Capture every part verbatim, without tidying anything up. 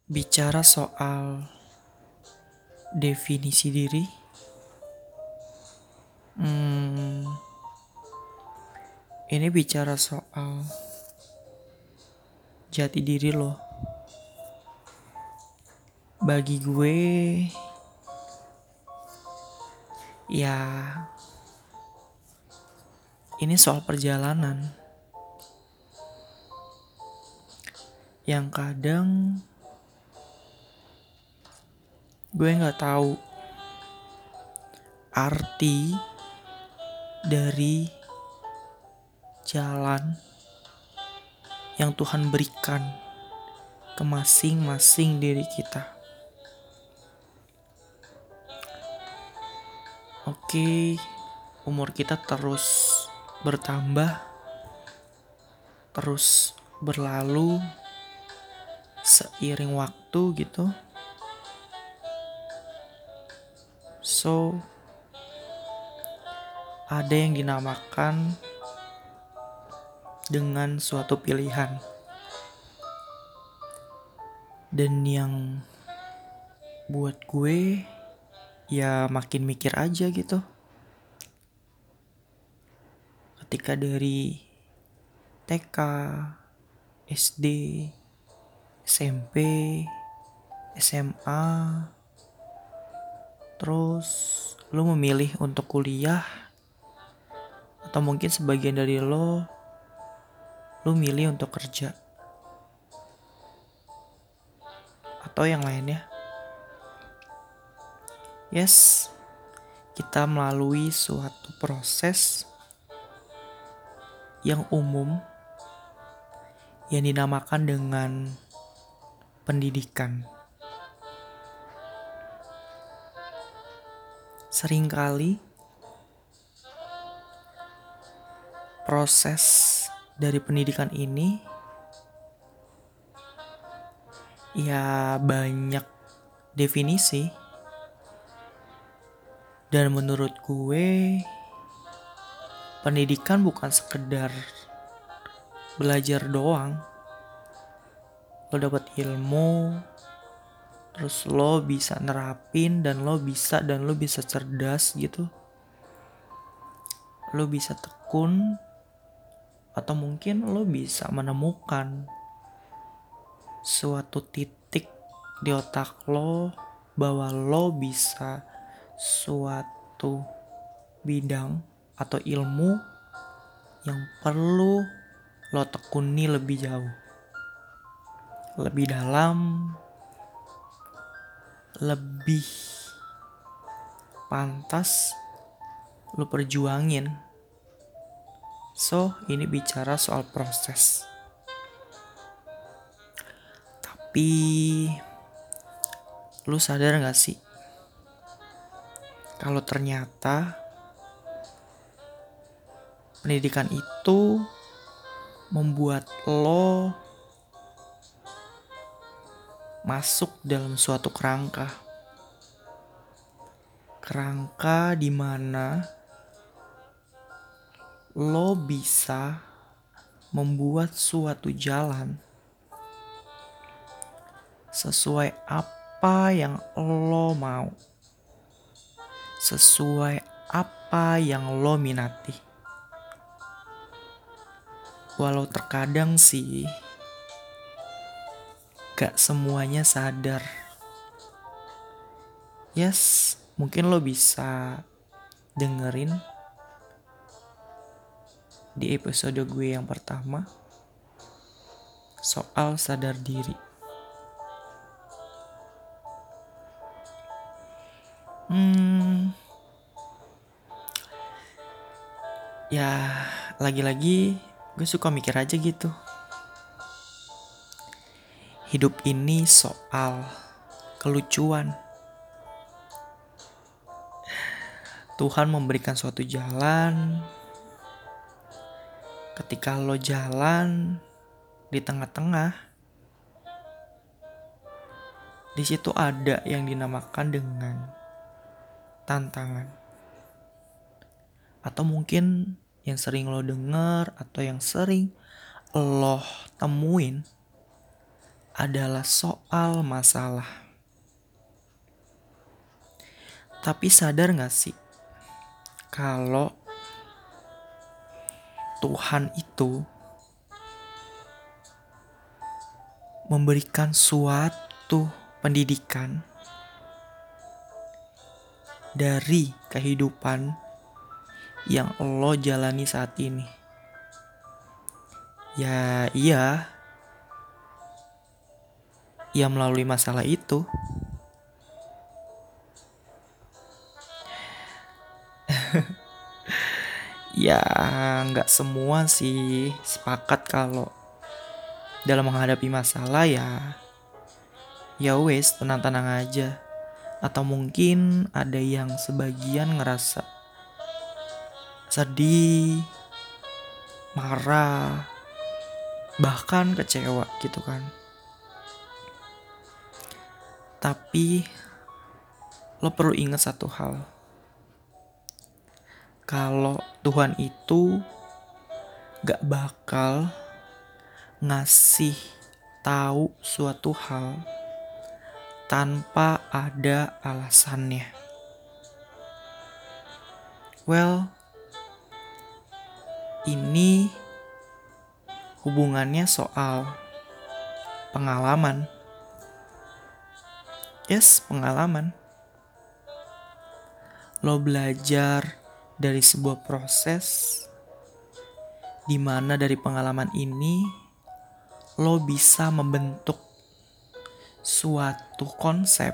Bicara soal definisi diri, hmm, ini bicara soal jati diri lo. Bagi gue, ya ini soal perjalanan yang kadang gue nggak tahu arti dari jalan yang Tuhan berikan ke masing-masing diri kita. Oke, umur kita terus bertambah, terus berlalu seiring waktu gitu. So, ada yang dinamakan dengan suatu pilihan. Dan yang buat gue ya makin mikir aja gitu. Ketika dari T K, S D, S M P, S M A, terus lo memilih untuk kuliah, atau mungkin sebagian dari lo, lo milih untuk kerja, atau yang lainnya. Yes, kita melalui suatu proses yang umum yang dinamakan dengan pendidikan. Seringkali proses dari pendidikan ini ya banyak definisi, dan menurut gue pendidikan bukan sekedar belajar doang. Lo dapat ilmu, terus lo bisa nerapin, dan lo bisa dan lo bisa cerdas gitu. Lo bisa tekun, atau mungkin lo bisa menemukan suatu titik di otak lo bahwa lo bisa suatu bidang atau ilmu yang perlu lo tekuni lebih jauh, lebih dalam, lebih pantas lo perjuangin. So, ini bicara soal proses. Tapi lo sadar gak sih kalau ternyata pendidikan itu membuat lo masuk dalam suatu kerangka. Kerangka di mana lo bisa membuat suatu jalan sesuai apa yang lo mau, sesuai apa yang lo minati. Walau terkadang sih gak semuanya sadar. Yes, mungkin lo bisa dengerin di episode gue yang pertama soal sadar diri. Hmm, ya lagi-lagi gue suka mikir aja gitu. Hidup ini soal kelucuan. Tuhan memberikan suatu jalan. Ketika lo jalan di tengah-tengah, di situ ada yang dinamakan dengan tantangan. Atau mungkin yang sering lo denger atau yang sering lo temuin adalah soal soal masalah. Tapi sadar gak sih kalau Tuhan itu memberikan suatu pendidikan dari kehidupan yang lo jalani saat ini. Ya iya, ia melalui masalah itu. Ya nggak semua sih sepakat kalau dalam menghadapi masalah ya ya wes tenang-tenang aja. Atau mungkin ada yang sebagian ngerasa sedih, marah, bahkan kecewa gitu kan. Tapi lo perlu ingat satu hal. Kalau Tuhan itu gak bakal ngasih tahu suatu hal tanpa ada alasannya. Well, ini hubungannya soal pengalaman. Yes, pengalaman. Lo belajar dari sebuah proses di mana dari pengalaman ini lo bisa membentuk suatu konsep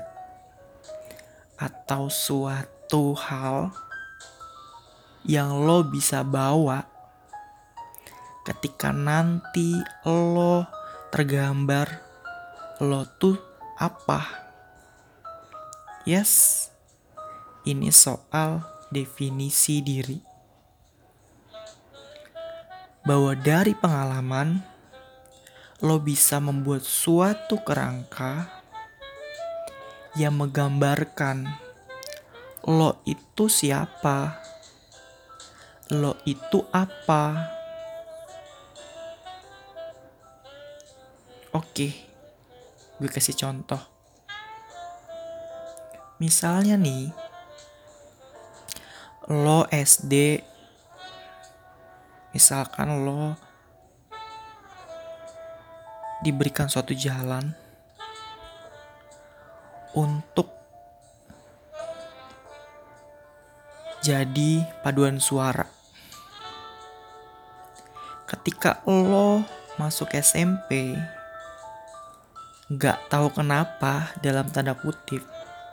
atau suatu hal yang lo bisa bawa ketika nanti lo tergambar lo tuh apa. Yes, ini soal definisi diri. Bahwa dari pengalaman lo bisa membuat suatu kerangka yang menggambarkan lo itu siapa, lo itu apa. Oke, gue kasih contoh. Misalnya nih, lo S D, misalkan lo diberikan suatu jalan untuk jadi paduan suara. Ketika lo masuk S M P, gak tahu kenapa dalam tanda kutip,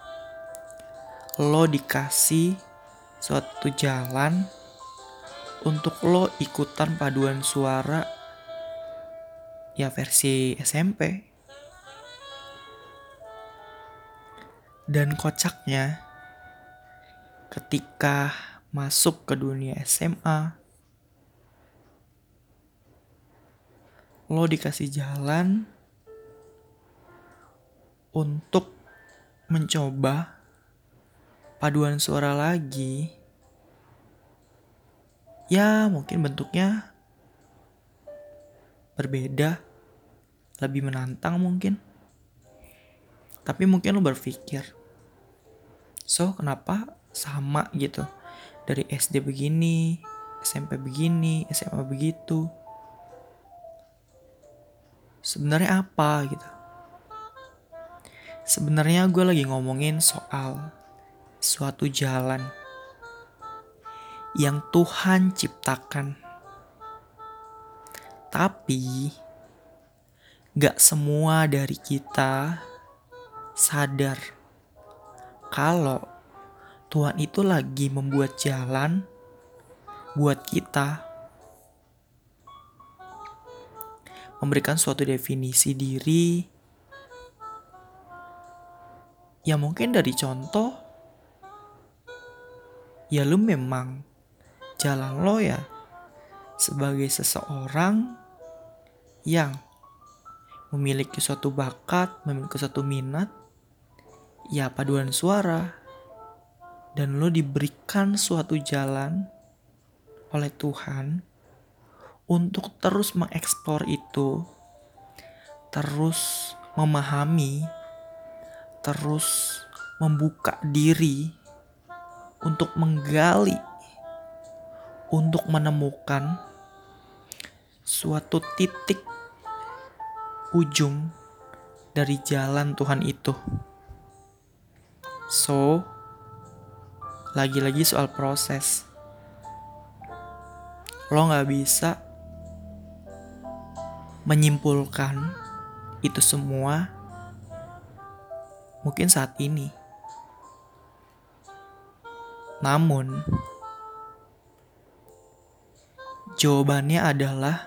lo dikasih suatu jalan untuk lo ikutan paduan suara ya versi S M P. Dan kocaknya ketika masuk ke dunia S M A, lo dikasih jalan untuk mencoba paduan suara lagi. Ya mungkin bentuknya berbeda, lebih menantang mungkin. Tapi mungkin lo berpikir, so kenapa sama gitu? Dari S D begini, S M P begini, S M A begitu. Sebenarnya apa gitu? Sebenarnya gue lagi ngomongin soal suatu jalan yang Tuhan ciptakan. Tapi gak semua dari kita sadar kalau Tuhan itu lagi membuat jalan buat kita, memberikan suatu definisi diri. Ya mungkin dari contoh, ya lu memang jalan lo ya sebagai seseorang yang memiliki suatu bakat, memiliki suatu minat, ya paduan suara. Dan lo diberikan suatu jalan oleh Tuhan untuk terus mengeksplor itu, terus memahami, terus membuka diri untuk menggali, untuk menemukan suatu titik ujung dari jalan Tuhan itu. So, lagi-lagi soal proses. Lo gak bisa menyimpulkan itu semua mungkin saat ini. Namun, jawabannya adalah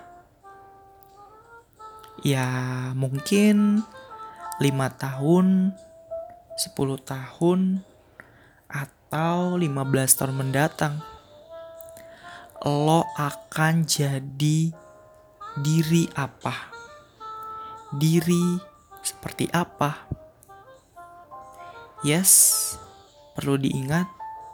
ya mungkin lima tahun, sepuluh tahun, atau lima belas tahun mendatang. Lo akan jadi diri apa? Diri seperti apa? Yes, perlu diingat,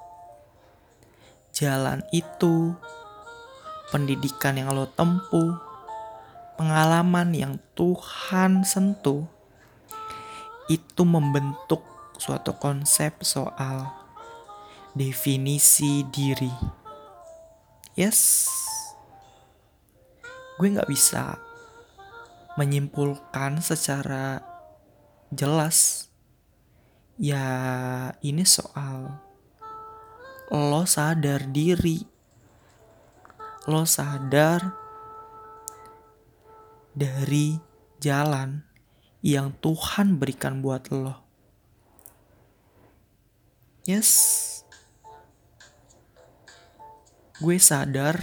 jalan itu, pendidikan yang lo tempuh, pengalaman yang Tuhan sentuh, itu membentuk suatu konsep soal definisi diri. Yes, gue gak bisa menyimpulkan secara jelas. Ya ini soal lo sadar diri, lo sadar dari jalan yang Tuhan berikan buat lo. Yes, gue sadar,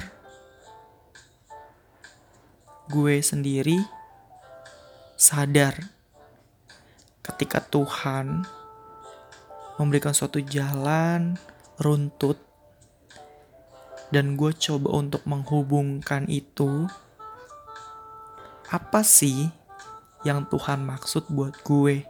gue sendiri sadar ketika Tuhan memberikan suatu jalan runtut dan gue coba untuk menghubungkan itu. Apa sih yang Tuhan maksud buat gue?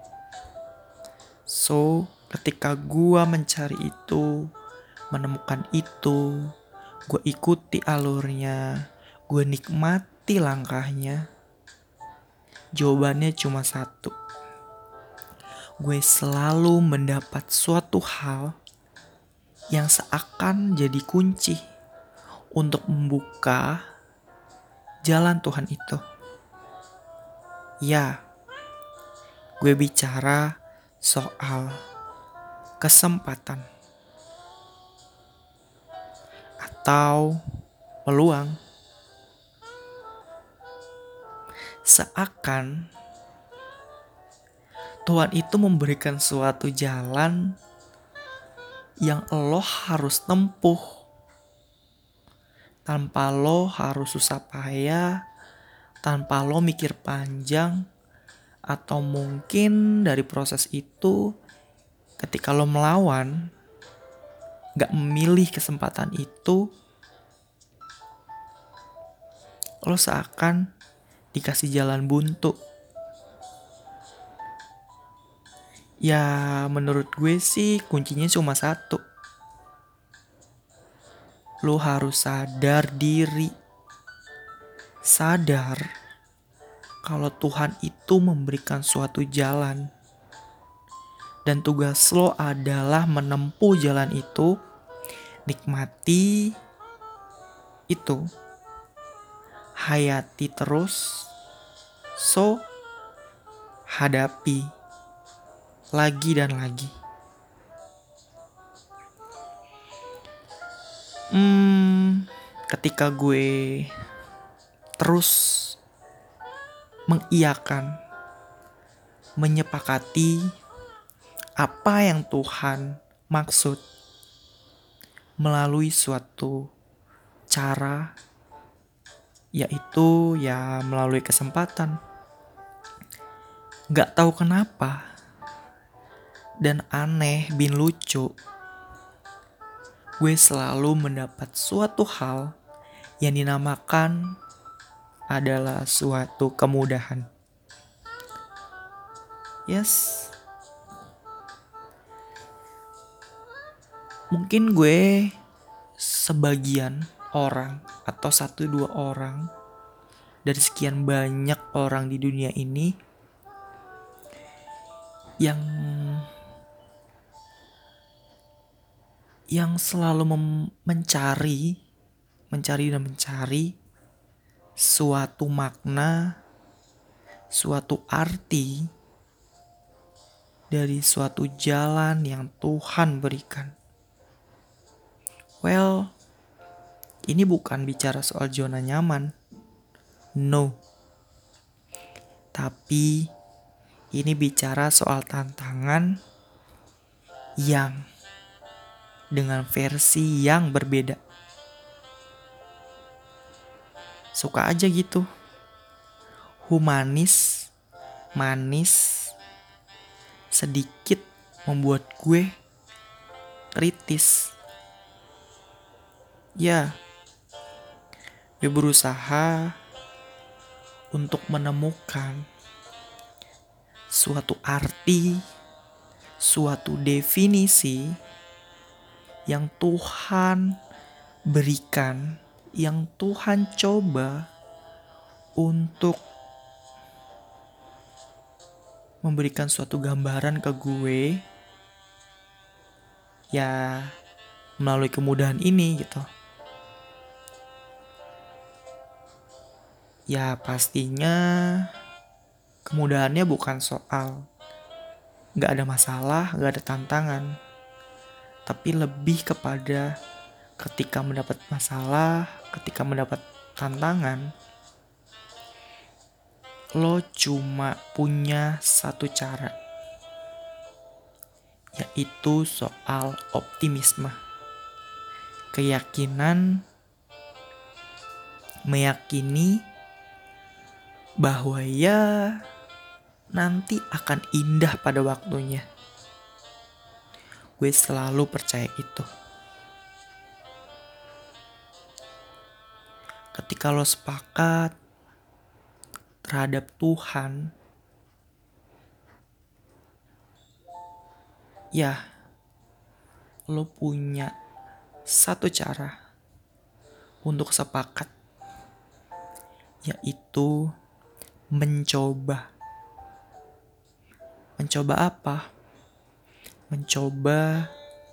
So, ketika gue mencari itu, menemukan itu, gue ikuti alurnya, gue nikmati langkahnya, jawabannya cuma satu. Gue selalu mendapat suatu hal yang seakan jadi kunci untuk membuka jalan Tuhan itu. Ya, gue bicara soal kesempatan atau peluang. Seakan Tuhan itu memberikan suatu jalan yang lo harus tempuh tanpa lo harus susah payah, tanpa lo mikir panjang, atau mungkin dari proses itu ketika lo melawan, gak memilih kesempatan itu, lo seakan dikasih jalan buntu. Ya menurut gue sih kuncinya cuma satu. Lo harus sadar diri. Sadar kalau Tuhan itu memberikan suatu jalan. Dan tugas lo adalah menempuh jalan itu. Nikmati itu. Hayati terus. So, hadapi lagi dan lagi. Hmm, ketika gue terus mengiyakan, menyepakati apa yang Tuhan maksud melalui suatu cara, yaitu ya melalui kesempatan. Gak tahu kenapa, dan aneh bin lucu, gue selalu mendapat suatu hal yang dinamakan adalah suatu kemudahan. Yes, mungkin gue sebagian orang atau satu dua orang dari sekian banyak orang di dunia ini yang yang selalu mem- mencari mencari dan mencari suatu makna, suatu arti dari suatu jalan yang Tuhan berikan. Well, ini bukan bicara soal zona nyaman. No. Tapi ini bicara soal tantangan yang dengan versi yang berbeda. Suka aja gitu. Humanis, manis, sedikit membuat gue kritis. Ya, gue berusaha untuk menemukan suatu arti, suatu definisi yang Tuhan berikan, yang Tuhan coba untuk memberikan suatu gambaran ke gue, ya melalui kemudahan ini gitu. Ya pastinya kemudahannya bukan soal gak ada masalah, gak ada tantangan, tapi lebih kepada ketika mendapat masalah, ketika mendapat tantangan, lo cuma punya satu cara, yaitu soal optimisme. Keyakinan, meyakini bahwa ya nanti akan indah pada waktunya. Gue selalu percaya itu. Ketika lo sepakat terhadap Tuhan, ya lo punya satu cara untuk sepakat, yaitu mencoba. Mencoba apa? Mencoba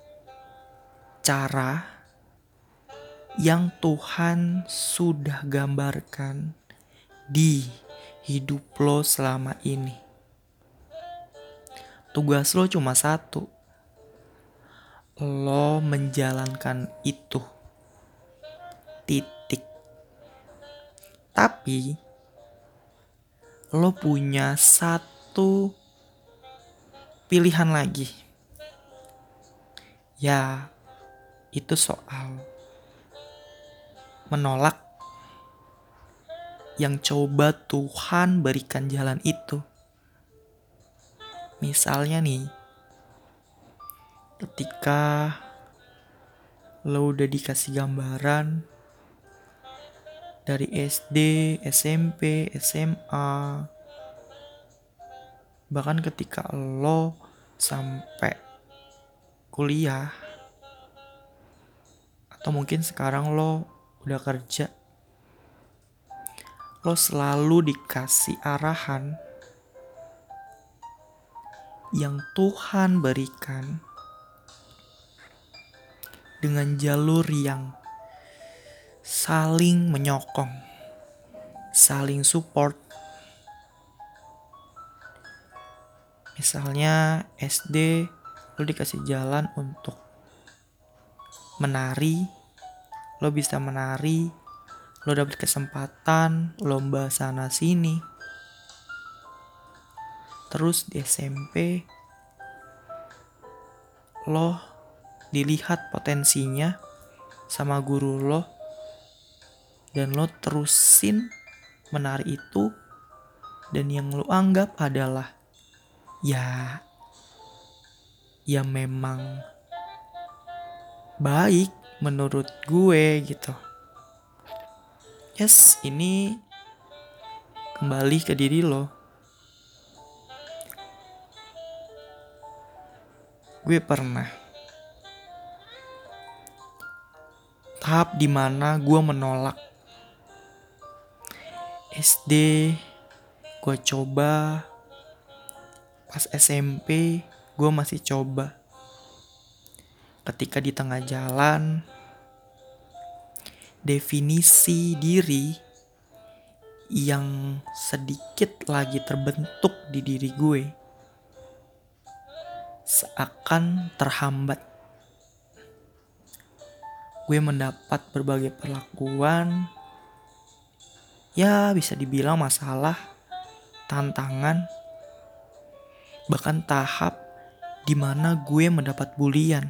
cara yang Tuhan sudah gambarkan di hidup lo selama ini. Tugas lo cuma satu. Lo menjalankan itu. Titik. Tapi lo punya satu pilihan lagi. Ya, itu soal menolak yang coba Tuhan berikan jalan itu. Misalnya nih, ketika lo udah dikasih gambaran dari S D, S M P, S M A, bahkan ketika lo sampai kuliah, atau mungkin sekarang lo udah kerja, lo selalu dikasih arahan yang Tuhan berikan dengan jalur yang saling menyokong, saling support. Misalnya S D lo dikasih jalan untuk menari, lo bisa menari, lo dapet kesempatan lomba sana sini. Terus di S M P lo dilihat potensinya sama guru lo, dan lo terusin menari itu, dan yang lo anggap adalah ya ya memang baik menurut gue gitu. Yes, ini kembali ke diri lo. Gue pernah tahap dimana gue menolak. S D gue coba, Pas S M P gue masih coba. Ketika di tengah jalan, definisi diri yang sedikit lagi terbentuk di diri gue seakan terhambat. Gue mendapat berbagai perlakuan, ya bisa dibilang masalah, tantangan, bahkan tahap di mana gue mendapat bulian.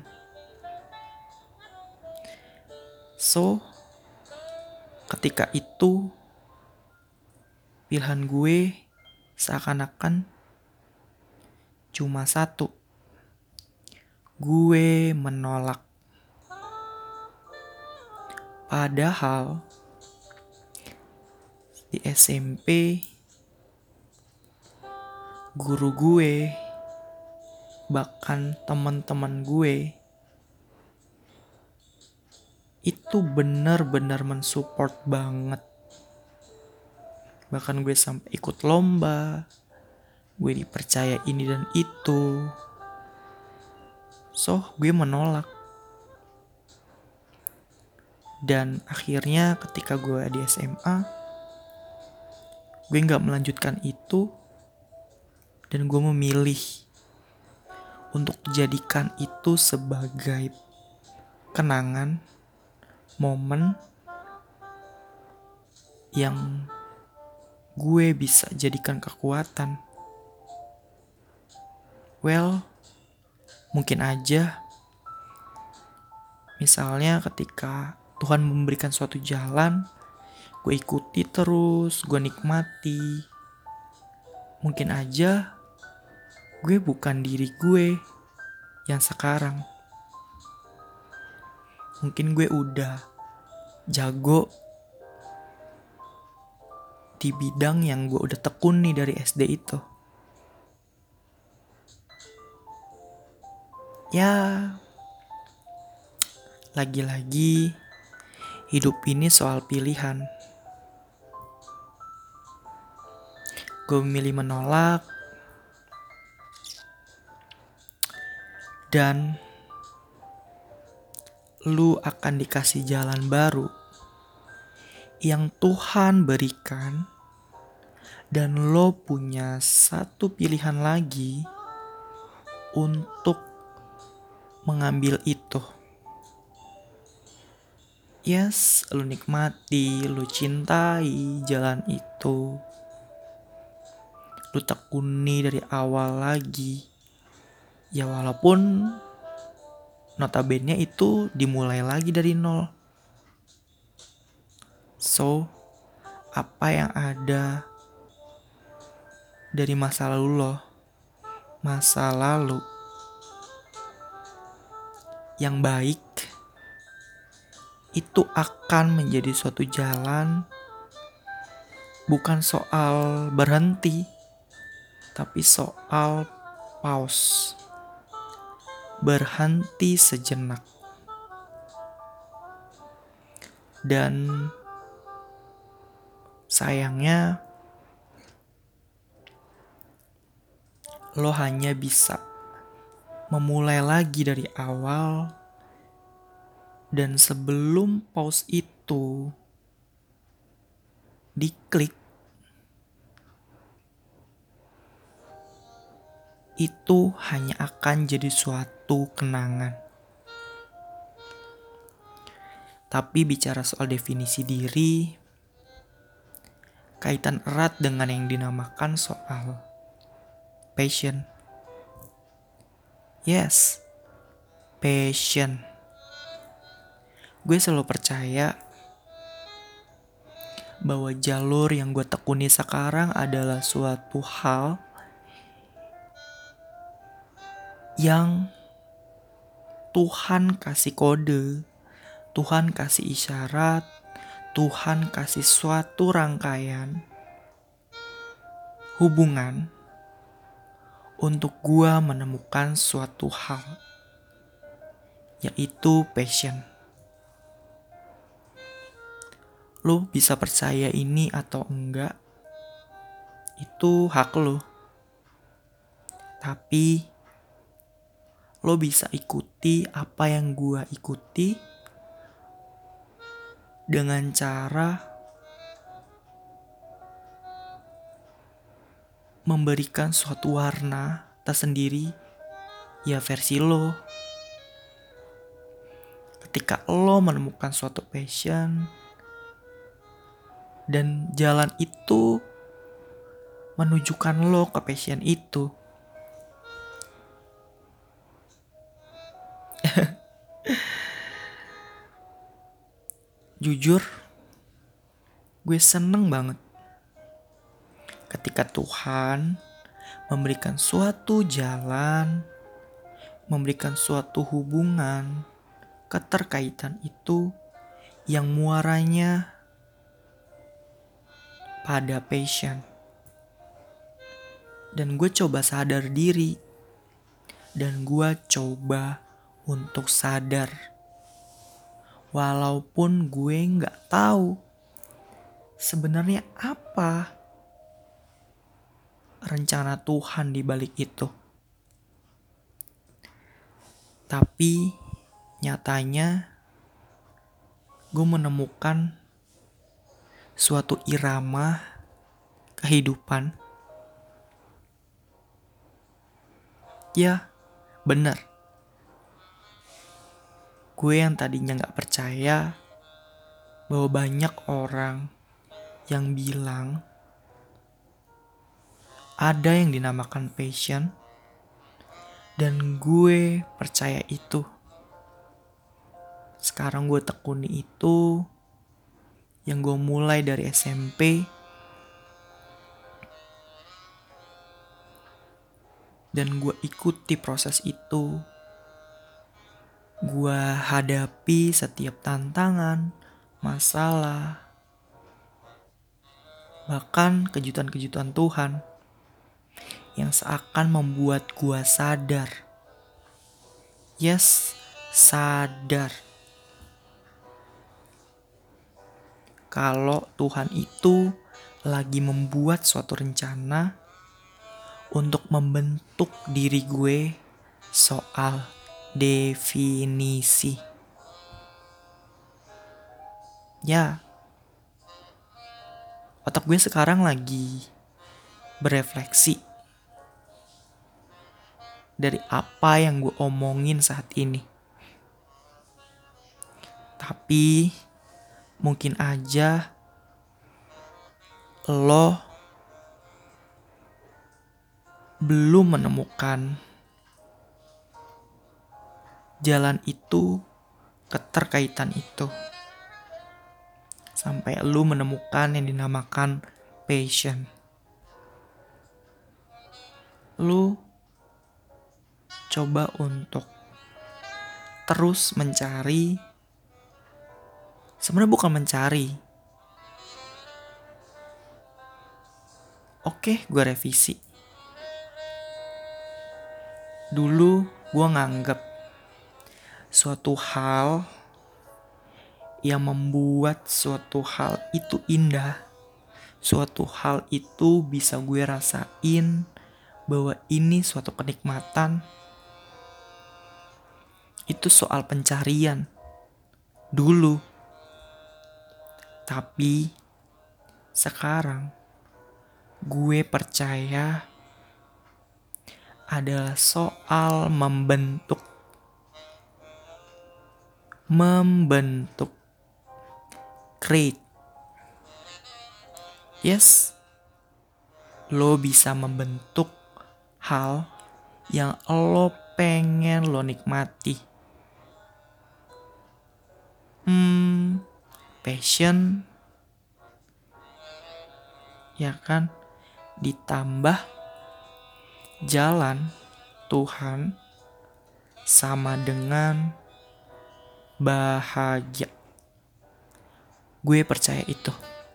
So, ketika itu pilihan gue seakan-akan cuma satu. Gue menolak. Padahal di S M P guru gue, bahkan teman-teman gue itu benar-benar mensupport banget. Bahkan gue sampai ikut lomba, gue dipercaya ini dan itu. So, gue menolak. Dan akhirnya ketika gue di S M A, gue gak melanjutkan itu. Dan gue memilih untuk jadikan itu sebagai kenangan, momen yang gue bisa jadikan kekuatan. Well, mungkin aja misalnya ketika Tuhan memberikan suatu jalan, gue ikuti terus, gue nikmati. Mungkin aja gue bukan diri gue yang sekarang. Mungkin gue udah jago di bidang yang gue udah tekuni dari S D itu. Ya, lagi-lagi hidup ini soal pilihan. Gue memilih menolak. Dan lu akan dikasih jalan baru yang Tuhan berikan. Dan lo punya satu pilihan lagi untuk mengambil itu. Yes, lu nikmati, lu cintai jalan itu. Lu tekuni dari awal lagi. Ya walaupun notabene itu dimulai lagi dari nol. So, apa yang ada dari masa lalu lo, masa lalu yang baik, itu akan menjadi suatu jalan, bukan soal berhenti, tapi soal pause, berhenti sejenak. Dan sayangnya lo hanya bisa memulai lagi dari awal. Dan sebelum pause itu diklik, itu hanya akan jadi suatu kenangan. Tapi bicara soal definisi diri, kaitan erat dengan yang dinamakan soal passion. Yes, passion. Gue selalu percaya bahwa jalur yang gue tekuni sekarang adalah suatu hal yang Tuhan kasih kode, Tuhan kasih isyarat, Tuhan kasih suatu rangkaian hubungan untuk gue menemukan suatu hal, yaitu passion. Lo bisa percaya ini atau enggak, itu hak lo. Tapi lo bisa ikuti apa yang gue ikuti dengan cara memberikan suatu warna tersendiri, ya versi lo. Ketika lo menemukan suatu passion dan jalan itu menunjukkan lo ke passion itu, jujur gue seneng banget ketika Tuhan memberikan suatu jalan, memberikan suatu hubungan, keterkaitan itu yang muaranya pada passion. Dan gue coba sadar diri, dan gue coba untuk sadar, walaupun gue nggak tahu sebenarnya apa rencana Tuhan di balik itu. Tapi nyatanya gue menemukan suatu irama kehidupan. Ya, benar. Gue yang tadinya gak percaya bahwa banyak orang yang bilang ada yang dinamakan passion, dan gue percaya itu. Sekarang gue tekuni itu, yang gue mulai dari S M P, dan gue ikuti proses itu. Gue hadapi setiap tantangan, masalah, bahkan kejutan-kejutan Tuhan yang seakan membuat gue sadar. Yes, sadar. Kalau Tuhan itu lagi membuat suatu rencana untuk membentuk diri gue soal definisi. Ya, otak gue sekarang lagi berefleksi dari apa yang gue omongin saat ini. Tapi mungkin aja lo belum menemukan jalan itu, keterkaitan itu, sampai lo menemukan yang dinamakan passion. Lo coba untuk terus mencari. Sebenarnya bukan mencari. Oke, gue revisi. Dulu gue nganggep suatu hal yang membuat suatu hal itu indah, suatu hal itu bisa gue rasain bahwa ini suatu kenikmatan, itu soal pencarian dulu. Tapi sekarang gue percaya adalah soal membentuk. Membentuk. Create. Yes. Lo bisa membentuk hal yang lo pengen lo nikmati. Hmm, passion. Ya kan? Ditambah jalan Tuhan sama dengan bahagia. Gue percaya itu.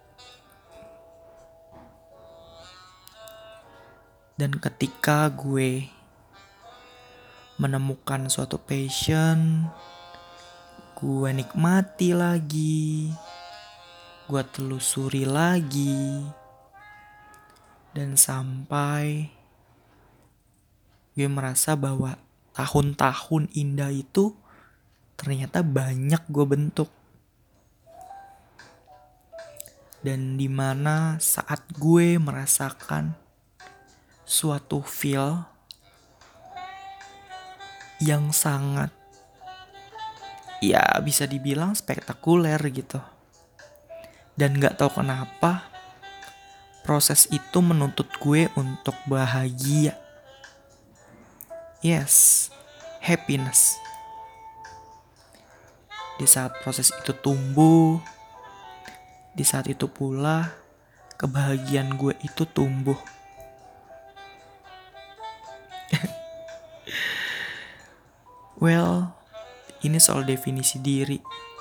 Dan ketika gue menemukan suatu passion, gue nikmati lagi, gue telusuri lagi, dan sampai gue merasa bahwa tahun-tahun indah itu ternyata banyak gue bentuk. Dan dimana saat gue merasakan suatu feel yang sangat, ya bisa dibilang spektakuler gitu. Dan gak tahu kenapa proses itu menuntut gue untuk bahagia. Yes, happiness. Di saat proses itu tumbuh, di saat itu pula kebahagiaan gue itu tumbuh. Well, ini soal definisi diri.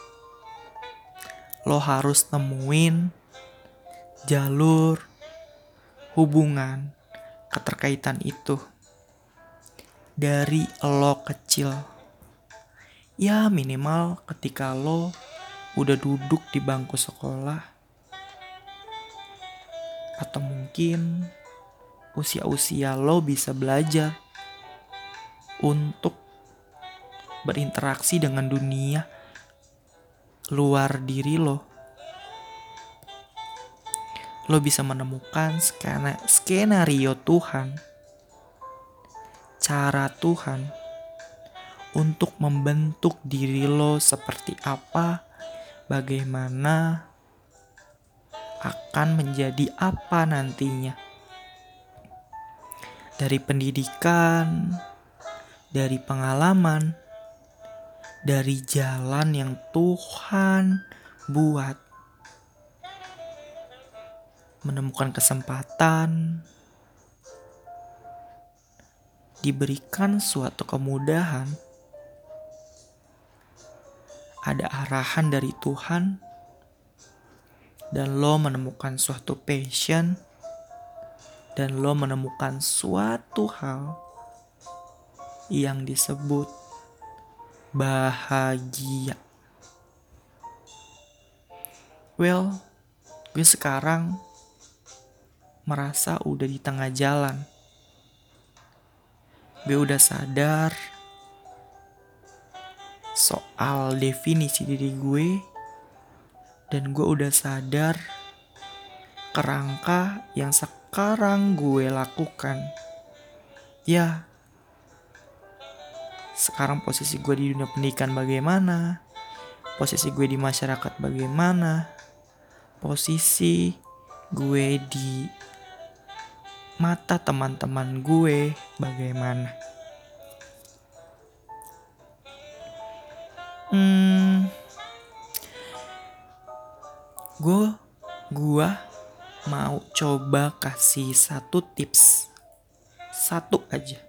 Lo harus nemuin jalur hubungan keterkaitan itu dari lo kecil. Ya minimal ketika lo udah duduk di bangku sekolah, atau mungkin usia-usia lo bisa belajar untuk berinteraksi dengan dunia luar diri lo. Lo bisa menemukan skena, skenario Tuhan, cara Tuhan untuk membentuk diri lo seperti apa, bagaimana akan menjadi apa nantinya. Dari pendidikan, dari pengalaman, dari jalan yang Tuhan buat, menemukan kesempatan, diberikan suatu kemudahan, ada arahan dari Tuhan, dan lo menemukan suatu passion, dan lo menemukan suatu hal yang disebut bahagia. Well, gue sekarang merasa udah di tengah jalan. Gue udah sadar soal definisi diri gue, dan gue udah sadar kerangka yang sekarang gue lakukan. Ya, sekarang posisi gue di dunia pendidikan bagaimana, posisi gue di masyarakat bagaimana, posisi gue di mata teman-teman gue bagaimana. Hmm, gue, gue mau coba kasih satu tips, satu aja.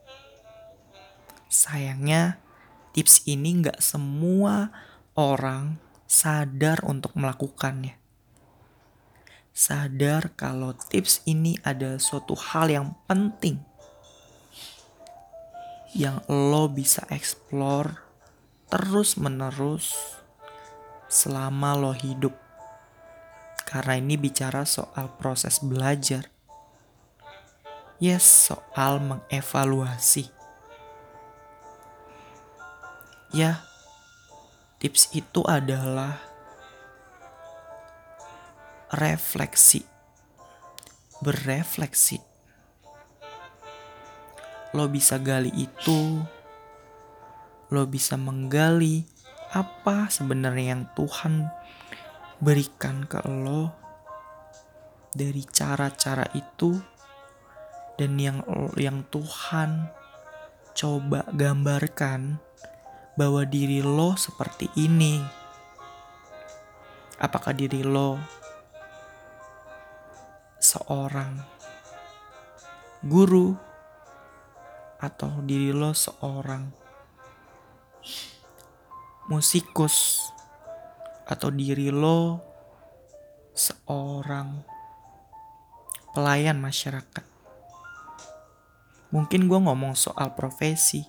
Sayangnya tips ini gak semua orang sadar untuk melakukannya. Sadar kalau tips ini ada suatu hal yang penting yang lo bisa explore terus menerus selama lo hidup. Karena ini bicara soal proses belajar. Yes, soal mengevaluasi. Ya, tips itu adalah refleksi, berefleksi. Lo bisa gali itu, lo bisa menggali apa sebenarnya yang Tuhan berikan ke lo dari cara-cara itu, dan yang yang Tuhan coba gambarkan bahwa diri lo seperti ini. Apakah diri lo seorang guru, atau diri lo seorang musikus, atau diri lo seorang pelayan masyarakat. Mungkin gue ngomong soal profesi,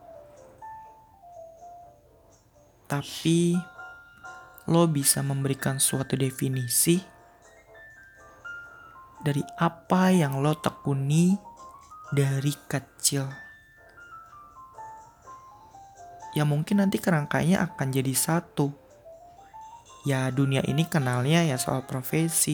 tapi lo bisa memberikan suatu definisi dari apa yang lo tekuni dari kecil. Ya mungkin nanti kerangkanya akan jadi satu. Ya dunia ini kenalnya ya soal profesi.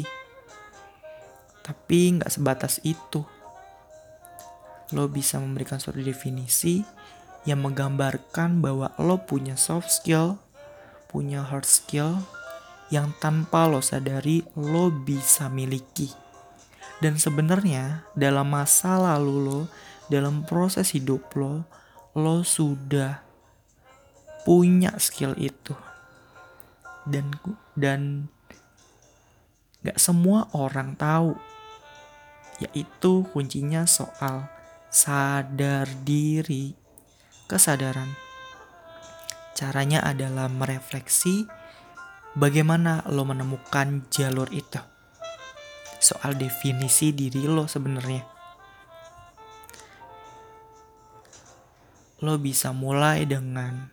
Tapi gak sebatas itu. Lo bisa memberikan suatu definisi yang menggambarkan bahwa lo punya soft skill, punya hard skill yang tanpa lo sadari lo bisa miliki. Dan sebenarnya dalam masa lalu lo, dalam proses hidup lo, lo sudah punya skill itu. Dan dan gak semua orang tahu. Yaitu kuncinya soal sadar diri, kesadaran. Caranya adalah merefleksi bagaimana lo menemukan jalur itu. Soal definisi diri lo sebenarnya. Lo bisa mulai dengan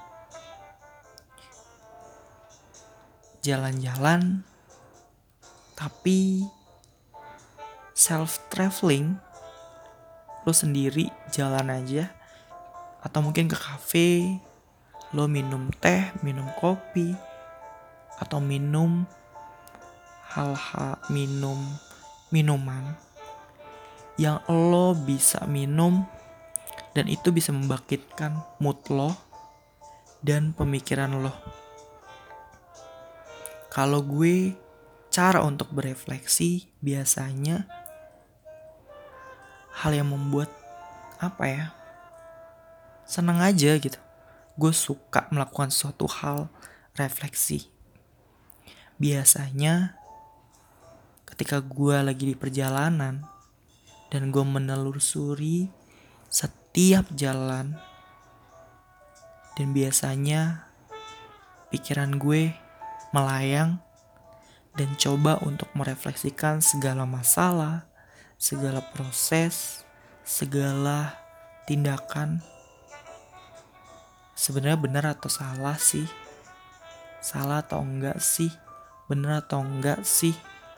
jalan-jalan, tapi self-traveling, lo sendiri jalan aja. Atau mungkin ke kafe, lo minum teh, minum kopi, atau minum hal-hal, minum minuman yang lo bisa minum dan itu bisa membangkitkan mood lo dan pemikiran lo. Kalau gue, cara untuk berefleksi biasanya hal yang membuat apa ya, senang aja gitu. Gue suka melakukan suatu hal refleksi. Biasanya ketika gue lagi di perjalanan dan gue menelusuri setiap jalan, dan biasanya pikiran gue melayang dan coba untuk merefleksikan segala masalah, segala proses, segala tindakan. Sebenarnya benar atau salah sih? Salah atau enggak sih? Benar atau enggak sih?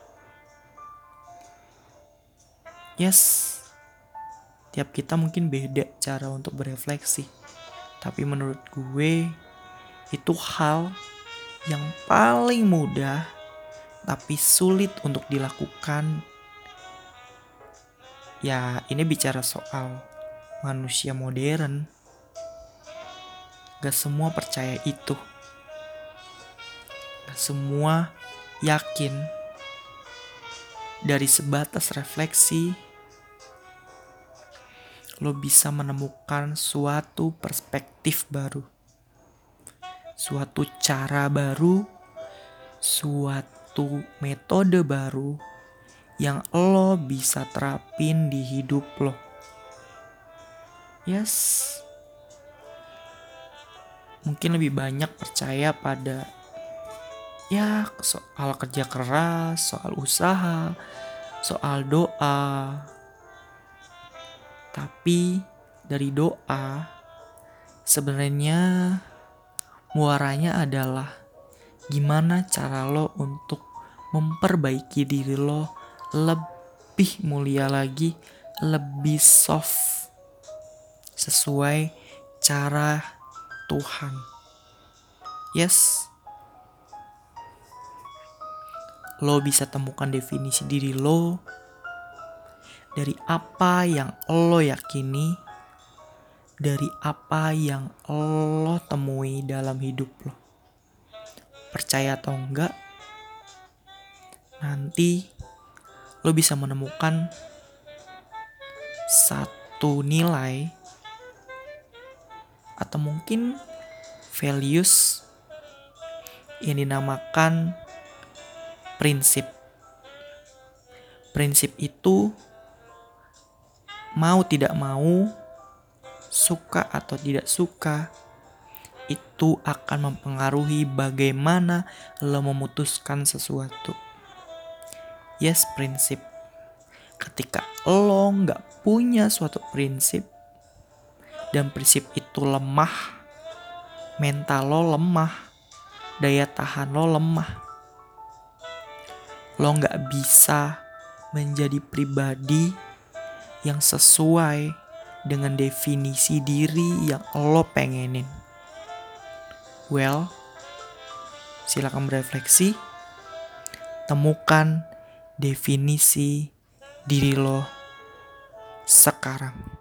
Yes, tiap kita mungkin beda cara untuk berefleksi. Tapi menurut gue itu hal yang paling mudah tapi sulit untuk dilakukan. Ya ini bicara soal manusia modern. Gak semua percaya itu. Gak semua yakin. Dari sebatas refleksi lo bisa menemukan suatu perspektif baru, suatu cara baru, suatu metode baru yang lo bisa terapin di hidup lo. Yes, mungkin lebih banyak percaya pada ya soal kerja keras, soal usaha, soal doa. Tapi dari doa sebenarnya muaranya adalah gimana cara lo untuk memperbaiki diri lo lebih mulia lagi, lebih soft sesuai cara Tuhan. Yes, lo bisa temukan definisi diri lo dari apa yang lo yakini, dari apa yang lo temui dalam hidup lo. Percaya atau enggak, nanti lo bisa menemukan satu nilai atau mungkin values yang dinamakan prinsip. Prinsip itu mau tidak mau, suka atau tidak suka, itu akan mempengaruhi bagaimana lo memutuskan sesuatu. Yes, prinsip. Ketika lo gak punya suatu prinsip dan prinsip itu lemah, mental lo lemah, daya tahan lo lemah, lo gak bisa menjadi pribadi yang sesuai dengan definisi diri yang lo pengenin. Well, silakan berefleksi, temukan definisi diri lo sekarang.